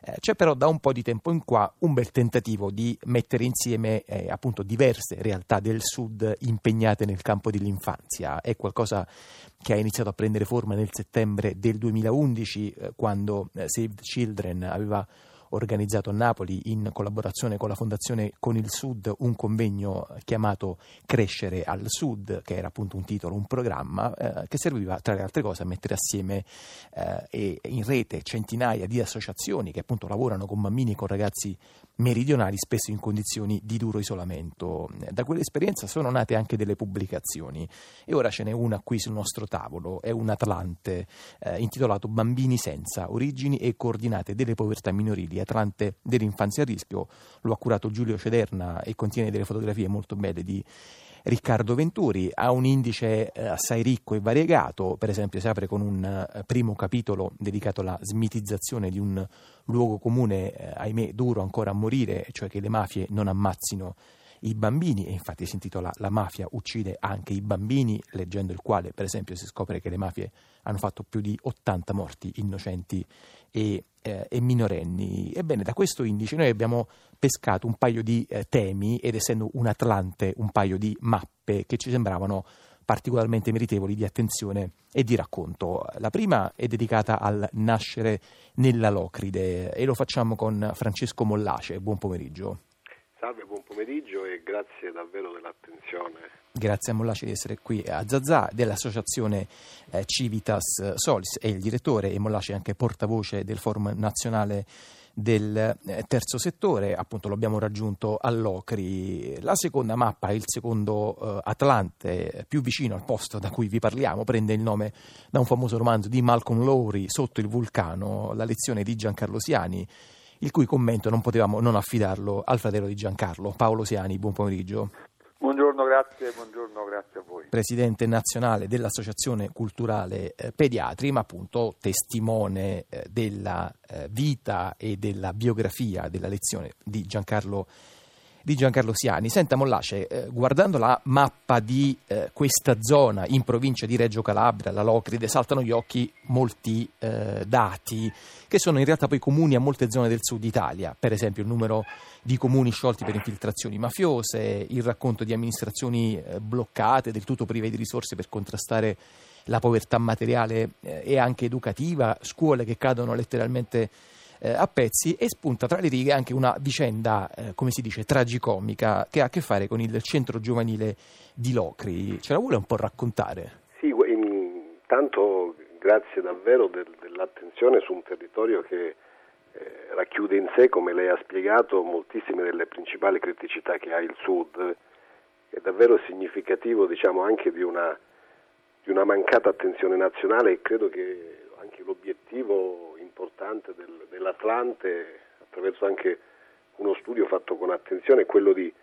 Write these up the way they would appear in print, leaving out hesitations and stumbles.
C'è però da un po' di tempo in qua un bel tentativo di mettere insieme appunto diverse realtà del Sud impegnate nel campo dell'infanzia. È qualcosa che ha iniziato a prendere forma nel settembre del 2011, quando Save the Children aveva organizzato a Napoli, in collaborazione con la Fondazione Con il Sud, un convegno chiamato Crescere al Sud, che era appunto un titolo, un programma che serviva tra le altre cose a mettere assieme e in rete centinaia di associazioni che appunto lavorano con bambini e con ragazzi meridionali, spesso in condizioni di duro isolamento. Da quell'esperienza sono nate anche delle pubblicazioni e ora ce n'è una qui sul nostro tavolo, è un Atlante intitolato Bambini senza origini e coordinate delle povertà minorili, Atlante dell'infanzia a rischio. Lo ha curato Giulio Cederna e contiene delle fotografie molto belle di Riccardo Venturi. Ha un indice assai ricco e variegato, per esempio si apre con un primo capitolo dedicato alla smitizzazione di un luogo comune, ahimè duro ancora a morire, cioè che le mafie non ammazzino i bambini, e infatti si intitola La mafia uccide anche i bambini, leggendo il quale per esempio si scopre che le mafie hanno fatto più di 80 morti innocenti e minorenni. Ebbene, da questo indice noi abbiamo pescato un paio di temi, ed essendo un Atlante un paio di mappe che ci sembravano particolarmente meritevoli di attenzione e di racconto. La prima è dedicata al nascere nella Locride e lo facciamo con Francesco Mollace. Buon pomeriggio. Salve, buon pomeriggio e grazie davvero dell'attenzione. Grazie a Mollace di essere qui a Zazà, dell'associazione Civitas Solis, è il direttore, e Mollace è anche portavoce del Forum Nazionale del Terzo Settore. Appunto lo abbiamo raggiunto all'Ocri. La seconda mappa, il secondo Atlante più vicino al posto da cui vi parliamo, prende il nome da un famoso romanzo di Malcolm Lowry, Sotto il vulcano, la lezione di Giancarlo Siani, il cui commento non potevamo non affidarlo al fratello di Giancarlo, Paolo Siani. Buon pomeriggio. Buongiorno, grazie a voi. Presidente nazionale dell'Associazione Culturale Pediatri, ma appunto testimone della vita e della biografia della lezione di Giancarlo Siani. Senta Mollace, guardando la mappa di questa zona in provincia di Reggio Calabria, la Locride, saltano agli occhi molti dati che sono in realtà poi comuni a molte zone del sud Italia, per esempio il numero di comuni sciolti per infiltrazioni mafiose, il racconto di amministrazioni bloccate, del tutto prive di risorse per contrastare la povertà materiale e anche educativa, scuole che cadono letteralmente a pezzi, e spunta tra le righe anche una vicenda, come si dice, tragicomica, che ha a che fare con il centro giovanile di Locri. Ce la vuole un po' raccontare? Sì, intanto grazie davvero dell'attenzione su un territorio che racchiude in sé, come lei ha spiegato, moltissime delle principali criticità che ha il Sud. È davvero significativo, diciamo, anche di una mancata attenzione nazionale, e credo che anche l'obiettivo importante dell'Atlante, attraverso anche uno studio fatto con attenzione, è quello di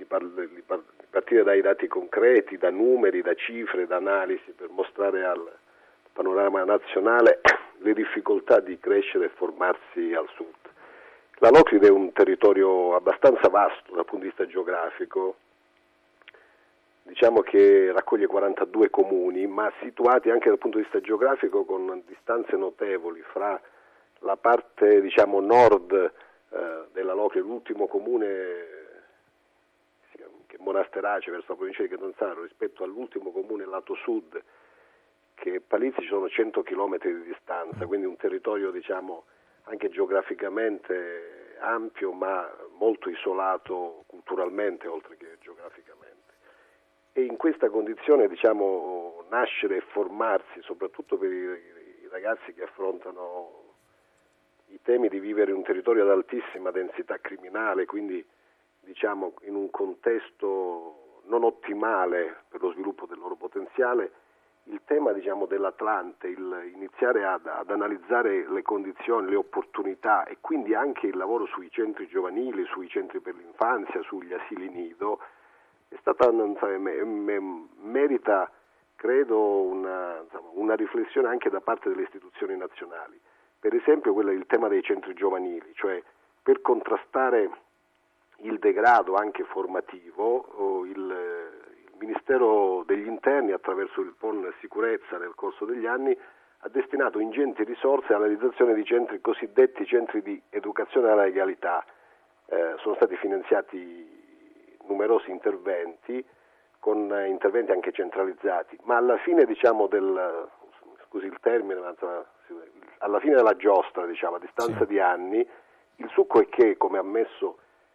partire dai dati concreti, da numeri, da cifre, da analisi, per mostrare al panorama nazionale le difficoltà di crescere e formarsi al sud. La Locride è un territorio abbastanza vasto dal punto di vista geografico, diciamo che raccoglie 42 comuni, ma situati anche dal punto di vista geografico con distanze notevoli fra la parte, diciamo, nord della Locride, l'ultimo comune che è Monasterace, verso la provincia di Catanzaro, rispetto all'ultimo comune lato sud, che Palizzi, ci sono 100 chilometri di distanza, quindi un territorio, diciamo, anche geograficamente ampio, ma molto isolato culturalmente oltre che geograficamente. E in questa condizione, diciamo, nascere e formarsi, soprattutto per i ragazzi che affrontano i temi di vivere in un territorio ad altissima densità criminale, quindi, diciamo, in un contesto non ottimale per lo sviluppo del loro potenziale, il tema, diciamo, dell'Atlante, il iniziare ad analizzare le condizioni, le opportunità, e quindi anche il lavoro sui centri giovanili, sui centri per l'infanzia, sugli asili nido, è stata, merita, credo, una riflessione anche da parte delle istituzioni nazionali. Per esempio il tema dei centri giovanili, cioè per contrastare il degrado anche formativo, il Ministero degli Interni, attraverso il PON Sicurezza, nel corso degli anni ha destinato ingenti risorse alla realizzazione di cosiddetti centri di educazione alla legalità. Sono stati finanziati numerosi interventi, con interventi anche centralizzati, ma alla fine scusi il termine, alla fine della giostra, a distanza di anni, il succo è che, come ha ammesso,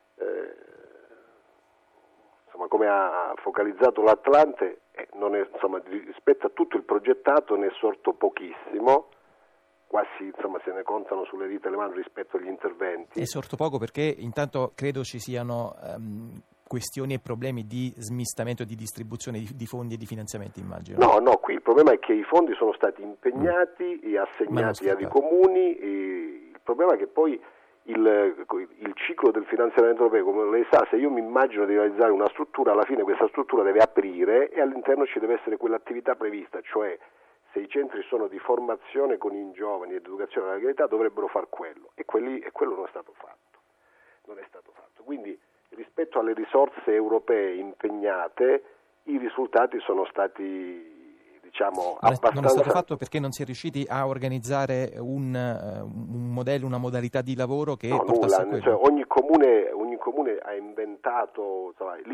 come ha focalizzato l'Atlante, rispetto a tutto il progettato ne è sorto pochissimo, quasi se ne contano sulle dita le mani rispetto agli interventi. È sorto poco perché intanto credo ci siano questioni e problemi di smistamento e di distribuzione di fondi e di finanziamenti, immagino. No, qui il problema è che i fondi sono stati impegnati e assegnati ai comuni, e il problema è che poi il ciclo del finanziamento europeo, come lei sa, se io mi immagino di realizzare una struttura, alla fine questa struttura deve aprire e all'interno ci deve essere quell'attività prevista, cioè se i centri sono di formazione con i giovani ed educazione alla legalità dovrebbero far quello, e quello non è stato fatto. Quindi rispetto alle risorse europee impegnate, i risultati sono stati abbastanza... Non è stato fatto perché non si è riusciti a organizzare un modello, una modalità di lavoro che portasse a quello. Cioè, ogni comune ha inventato,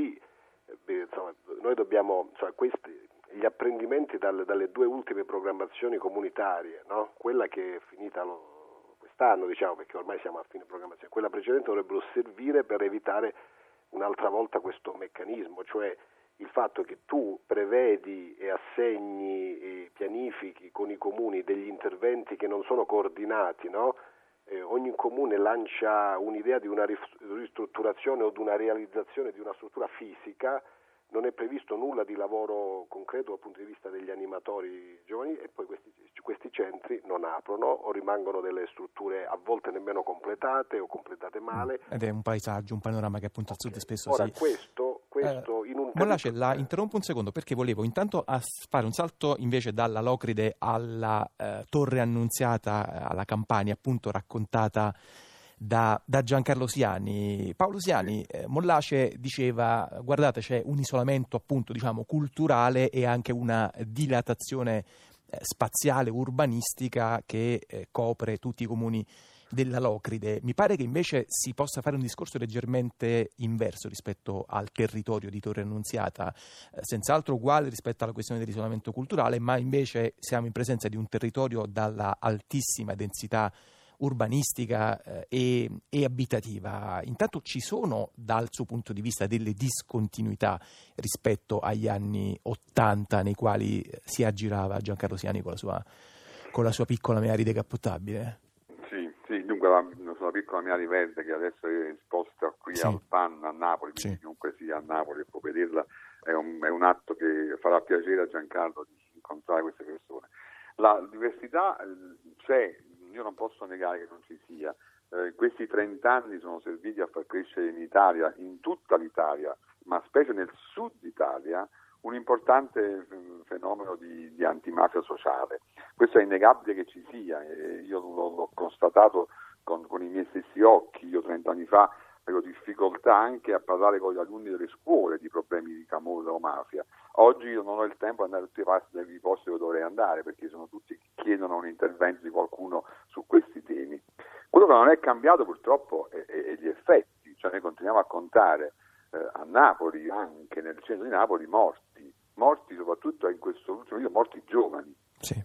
noi dobbiamo, gli apprendimenti dalle due ultime programmazioni comunitarie, no? Quella che è finita quest'anno, perché ormai siamo a fine programmazione, quella precedente dovrebbero servire per evitare un'altra volta questo meccanismo, cioè il fatto che tu prevedi e assegni e pianifichi con i comuni degli interventi che non sono coordinati, no? Ogni comune lancia un'idea di una ristrutturazione o di una realizzazione di una struttura fisica, non è previsto nulla di lavoro concreto dal punto di vista degli animatori giovani, e poi questi centri non aprono o rimangono delle strutture a volte nemmeno completate o completate male. Ed è un paesaggio, un panorama che appunto al sud spesso Ora, questo in un Mollace, la interrompo un secondo perché volevo intanto fare un salto invece dalla Locride alla Torre Annunziata, alla Campania, appunto raccontata da Giancarlo Siani. Paolo Siani, Mollace diceva: guardate, c'è un isolamento appunto culturale e anche una dilatazione spaziale, urbanistica che copre tutti i comuni della Locride. Mi pare che invece si possa fare un discorso leggermente inverso rispetto al territorio di Torre Annunziata, senz'altro uguale rispetto alla questione dell'isolamento culturale, ma invece siamo in presenza di un territorio dalla altissima densità urbanistica e abitativa. Intanto ci sono, dal suo punto di vista, delle discontinuità rispetto agli anni *80* nei quali si aggirava Giancarlo Siani con la sua piccola Meari decappottabile? Sì, dunque la sua piccola Meari verde, che adesso è esposta qui al PAN a Napoli, quindi chiunque sia a Napoli può vederla, è un atto che farà piacere a Giancarlo di incontrare queste persone. La diversità c'è, io non posso negare che non ci sia. Questi 30 anni sono serviti a far crescere in Italia, in tutta l'Italia, ma specie nel sud Italia, un importante fenomeno di antimafia sociale. Questo è innegabile che ci sia, io l'ho constatato con i miei stessi occhi. Io 30 anni fa avevo difficoltà anche a parlare con gli alunni delle scuole di problemi di camorra o mafia. Oggi io non ho il tempo di andare a tutte le parti dei posti dove dovrei andare, perché sono tutti che chiedono un intervento di qualcuno su questi temi. Quello che non è cambiato purtroppo è gli effetti, cioè noi continuiamo a contare a Napoli, anche nel centro di Napoli, morti soprattutto in questo ultimo periodo, morti giovani. Sì.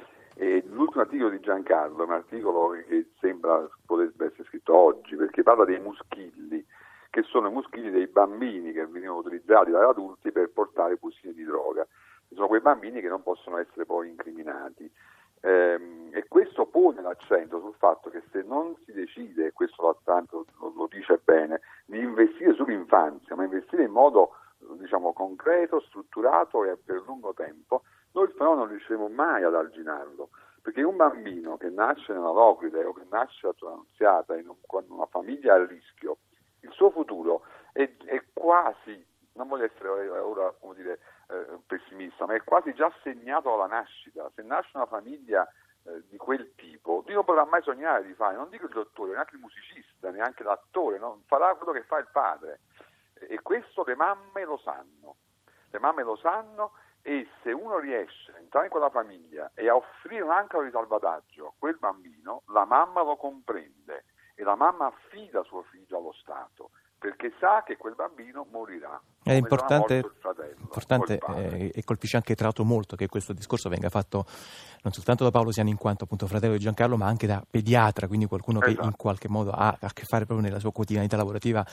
E l'ultimo articolo di Giancarlo è un articolo che sembra potrebbe essere scritto oggi, perché parla dei muschilli, che sono i muschilli dei bambini che venivano utilizzati dagli adulti per portare bustine di droga. Sono quei bambini che non possono essere poi incriminati. E questo pone l'accento sul fatto che se non si decide, e questo tanto lo dice bene, di investire sull'infanzia, ma investire in modo concreto, strutturato e per lungo tempo, noi il fenomeno non riusciremo mai ad arginarlo, perché un bambino che nasce nella Locride o che nasce a Torre Annunziata con una famiglia a rischio, il suo futuro è quasi, non voglio essere ora pessimista, ma è quasi già segnato alla nascita. Se nasce una famiglia di quel tipo, lui non potrà mai sognare di fare, non dico il dottore, neanche il musicista, neanche l'attore, non farà quello che fa il padre. E questo le mamme lo sanno e se uno riesce a entrare in quella famiglia e a offrire un angolo di salvataggio a quel bambino, la mamma lo comprende e la mamma affida suo figlio allo Stato, perché sa che quel bambino morirà. È importante, il fratello, importante e colpisce anche tra l'altro molto che questo discorso venga fatto non soltanto da Paolo Siani in quanto appunto fratello di Giancarlo, ma anche da pediatra, quindi qualcuno che in qualche modo ha a che fare proprio nella sua quotidianità lavorativa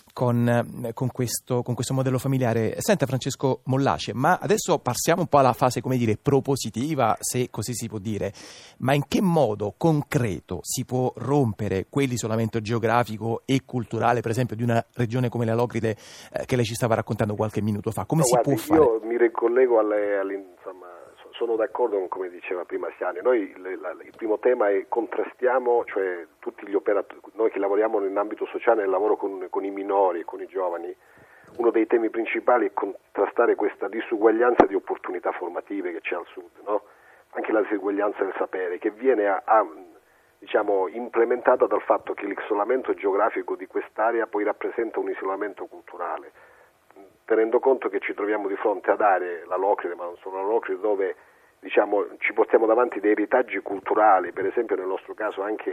con questo modello familiare. Senta Francesco Mollace, ma adesso passiamo un po' alla fase, come dire, propositiva, se così si può dire, ma in che modo concreto si può rompere quell'isolamento geografico e culturale, per esempio, di una regione come la Locride che lei ci stava raccontando qualche minuto fa? Come si può fare? Io mi ricollego insomma, sono d'accordo con come diceva prima Siani. Noi il primo tema è contrastiamo, cioè tutti gli operatori, noi che lavoriamo nell'ambito sociale, nel lavoro con i minori e con i giovani, uno dei temi principali è contrastare questa disuguaglianza di opportunità formative che c'è al sud, no? Anche la disuguaglianza del sapere che viene diciamo implementata dal fatto che l'isolamento geografico di quest'area poi rappresenta un isolamento culturale, tenendo conto che ci troviamo di fronte ad aree, la Locride, ma non solo la Locride, dove diciamo ci portiamo davanti dei retaggi culturali, per esempio nel nostro caso anche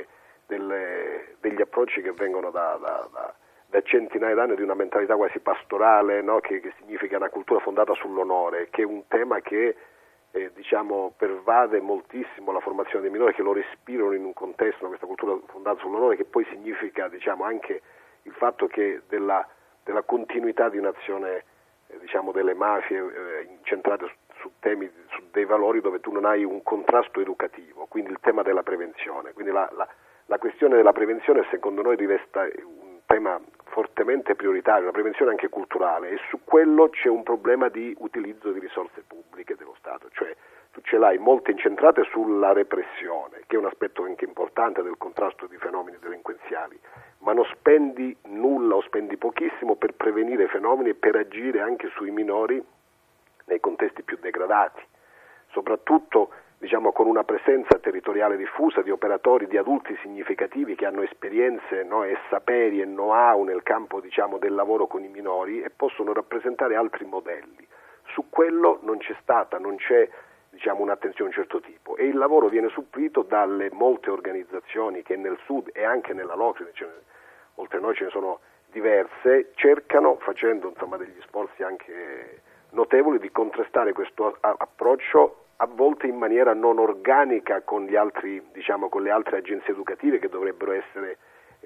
degli approcci che vengono da centinaia d'anni, di una mentalità quasi pastorale, no? che significa una cultura fondata sull'onore, che è un tema che diciamo pervade moltissimo la formazione dei minori, che lo respirano in un contesto, questa cultura fondata sull'onore, che poi significa diciamo anche il fatto che della continuità di un'azione diciamo delle mafie incentrate su temi, su dei valori dove tu non hai un contrasto educativo, quindi il tema della prevenzione. Quindi la questione della prevenzione secondo noi rivesta un tema fortemente prioritario, la prevenzione anche culturale, e su quello c'è un problema di utilizzo di risorse pubbliche dello Stato, cioè tu ce l'hai molte incentrate sulla repressione, che è un aspetto anche importante del contrasto di fenomeni delinquenziali, ma non spendi nulla o spendi pochissimo per prevenire fenomeni e per agire anche sui minori nei contesti più degradati, soprattutto diciamo con una presenza territoriale diffusa di operatori, di adulti significativi che hanno esperienze, no, e saperi e know-how nel campo diciamo del lavoro con i minori e possono rappresentare altri modelli. Su quello non c'è diciamo un'attenzione di un certo tipo, e il lavoro viene supplito dalle molte organizzazioni che nel sud e anche nella Locride, oltre a noi ce ne sono diverse, cercano, facendo insomma degli sforzi anche notevoli, di contrastare questo approccio, a volte in maniera non organica con gli altri, diciamo, con le altre agenzie educative che dovrebbero essere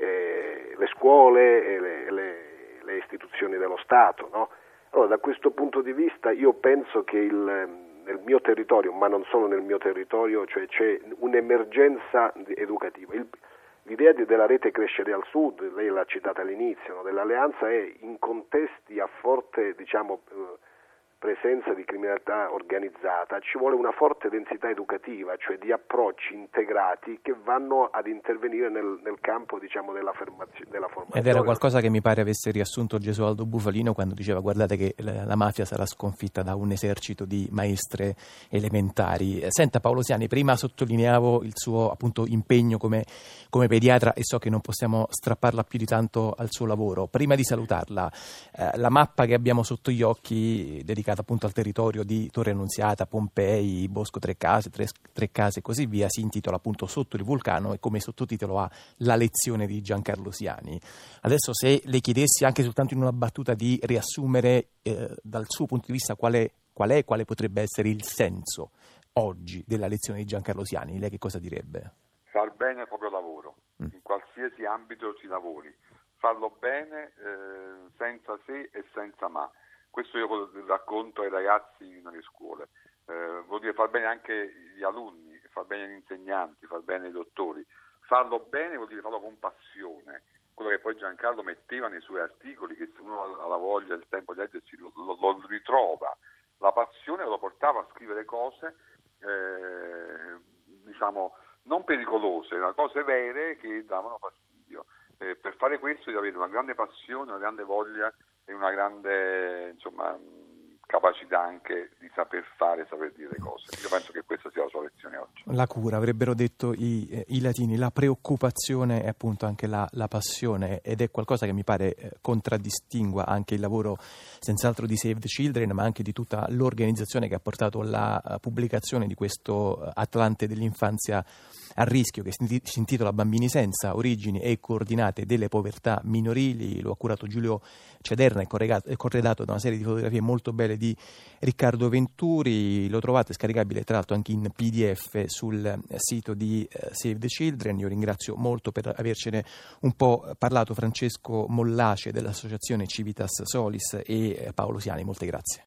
le scuole e le istituzioni dello Stato, no? Allora, da questo punto di vista io penso che nel mio territorio, ma non solo nel mio territorio, cioè c'è un'emergenza educativa. L'idea della rete Crescere al Sud, lei l'ha citata all'inizio, no, dell'alleanza, è in contesti a forte diciamo presenza di criminalità organizzata, ci vuole una forte densità educativa, cioè di approcci integrati che vanno ad intervenire nel campo diciamo della formazione. Ed era qualcosa che mi pare avesse riassunto Gesualdo Bufalino quando diceva: guardate che la mafia sarà sconfitta da un esercito di maestre elementari. Senta Paolo Siani, prima sottolineavo il suo appunto impegno come pediatra e so che non possiamo strapparla più di tanto al suo lavoro. Prima di salutarla, la mappa che abbiamo sotto gli occhi dedicata appunto al territorio di Torre Annunziata, Pompei, Bosco Tre Case e così via, si intitola appunto Sotto il vulcano e come sottotitolo ha La lezione di Giancarlo Siani. Adesso, se le chiedessi anche soltanto in una battuta di riassumere dal suo punto di vista quale potrebbe essere il senso oggi della lezione di Giancarlo Siani, lei che cosa direbbe? Far bene il proprio lavoro, in qualsiasi ambito si lavori, farlo bene senza se e senza ma. Questo io racconto ai ragazzi nelle scuole. Vuol dire far bene anche gli alunni, far bene gli insegnanti, far bene i dottori. Farlo bene vuol dire farlo con passione. Quello che poi Giancarlo metteva nei suoi articoli, che se uno ha la voglia, il tempo di leggersi, lo ritrova. La passione lo portava a scrivere cose, diciamo, non pericolose, ma cose vere che davano fastidio. Per fare questo devi avere una grande passione, una grande voglia e una grande capacità anche di saper fare, saper dire le cose. Io penso che questa sia la sua lezione oggi. La cura, avrebbero detto i latini, la preoccupazione e appunto anche la passione, ed è qualcosa che mi pare contraddistingua anche il lavoro senz'altro di Save the Children, ma anche di tutta l'organizzazione che ha portato alla pubblicazione di questo Atlante dell'infanzia a rischio, che si intitola Bambini senza origini e coordinate delle povertà minorili. Lo ha curato Giulio Cederna e corredato da una serie di fotografie molto belle di Riccardo Venturi. Lo trovate scaricabile tra l'altro anche in PDF sul sito di Save the Children. Io ringrazio molto per avercene un po' parlato Francesco Mollace dell'associazione Civitas Solis e Paolo Siani. Molte grazie.